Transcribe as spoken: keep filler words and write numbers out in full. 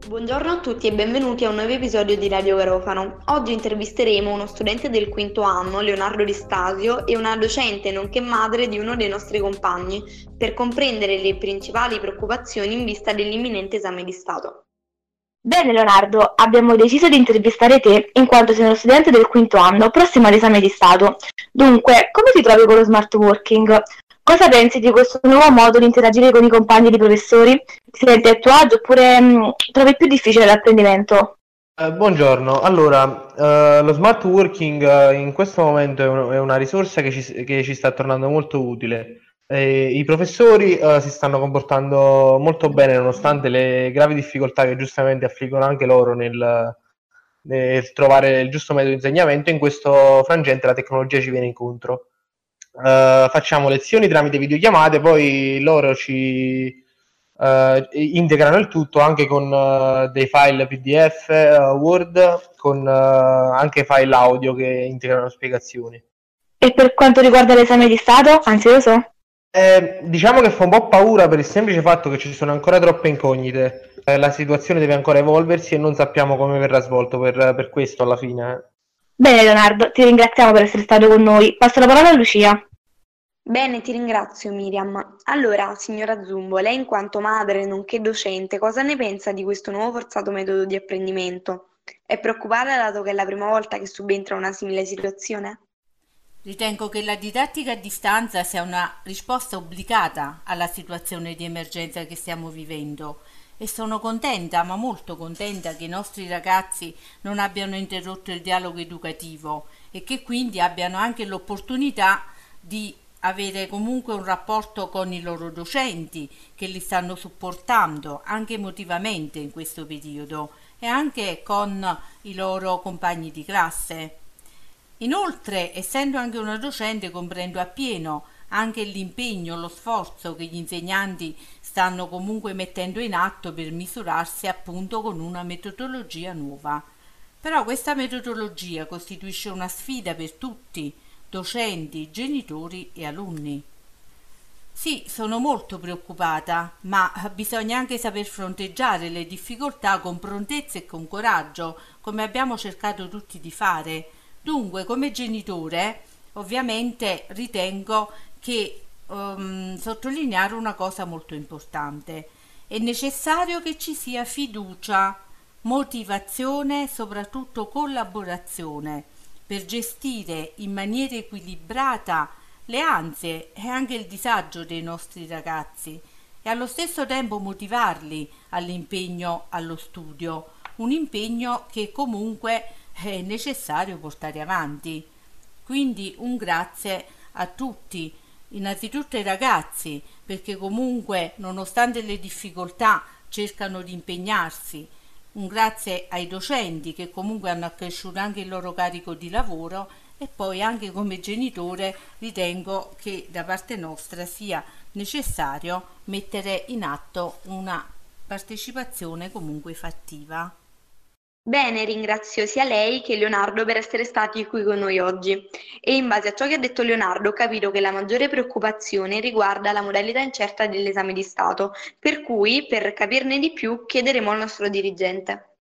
Buongiorno a tutti e benvenuti a un nuovo episodio di Radio Garofano. Oggi intervisteremo uno studente del quinto anno, Leonardo Di Stasio, e una docente nonché madre di uno dei nostri compagni, per comprendere le principali preoccupazioni in vista dell'imminente esame di Stato. Bene Leonardo, abbiamo deciso di intervistare te in quanto sei uno studente del quinto anno prossimo all'esame di Stato. Dunque, come ti trovi con lo smart working? Cosa pensi di questo nuovo modo di interagire con i compagni e i professori? Ti senti a tuo agio oppure mh, trovi più difficile l'apprendimento? Eh, buongiorno, allora, eh, lo smart working eh, in questo momento è, un- è una risorsa che ci, che ci sta tornando molto utile. Eh, I professori eh, si stanno comportando molto bene nonostante le gravi difficoltà che giustamente affliggono anche loro nel, nel trovare il giusto metodo di insegnamento. In questo frangente la tecnologia ci viene incontro. Eh, facciamo lezioni tramite videochiamate, poi loro ci eh, integrano il tutto anche con eh, dei file P D F, eh, Word, con eh, anche file audio che integrano spiegazioni. E per quanto riguarda l'esame di Stato, ansioso? Eh, diciamo che fa un po' paura per il semplice fatto che ci sono ancora troppe incognite. Eh, la situazione deve ancora evolversi e non sappiamo come verrà svolto per, per questo alla fine. eh. Bene Leonardo, ti ringraziamo per essere stato con noi. Passo la parola a Lucia. Bene, ti ringrazio Miriam. Allora, signora Zumbo, lei in quanto madre nonché docente, cosa ne pensa di questo nuovo forzato metodo di apprendimento? È preoccupata dato che è la prima volta che subentra una simile situazione? Ritengo che la didattica a distanza sia una risposta obbligata alla situazione di emergenza che stiamo vivendo e sono contenta, ma molto contenta, che i nostri ragazzi non abbiano interrotto il dialogo educativo e che quindi abbiano anche l'opportunità di avere comunque un rapporto con i loro docenti che li stanno supportando anche emotivamente in questo periodo e anche con i loro compagni di classe. Inoltre, essendo anche una docente, comprendo appieno anche l'impegno, lo sforzo che gli insegnanti stanno comunque mettendo in atto per misurarsi appunto con una metodologia nuova. Però questa metodologia costituisce una sfida per tutti, docenti, genitori e alunni. Sì, sono molto preoccupata, ma bisogna anche saper fronteggiare le difficoltà con prontezza e con coraggio, come abbiamo cercato tutti di fare. Dunque, come genitore, ovviamente ritengo che um, sottolineare una cosa molto importante. È necessario che ci sia fiducia, motivazione e soprattutto collaborazione per gestire in maniera equilibrata le ansie e anche il disagio dei nostri ragazzi e allo stesso tempo motivarli all'impegno allo studio, un impegno che comunque è necessario portare avanti. Quindi un grazie a tutti, innanzitutto ai ragazzi, perché comunque nonostante le difficoltà cercano di impegnarsi. Un grazie ai docenti che comunque hanno accresciuto anche il loro carico di lavoro e poi anche come genitore ritengo che da parte nostra sia necessario mettere in atto una partecipazione comunque fattiva. Bene, ringrazio sia lei che Leonardo per essere stati qui con noi oggi e in base a ciò che ha detto Leonardo ho capito che la maggiore preoccupazione riguarda la modalità incerta dell'esame di Stato, per cui per capirne di più chiederemo al nostro dirigente.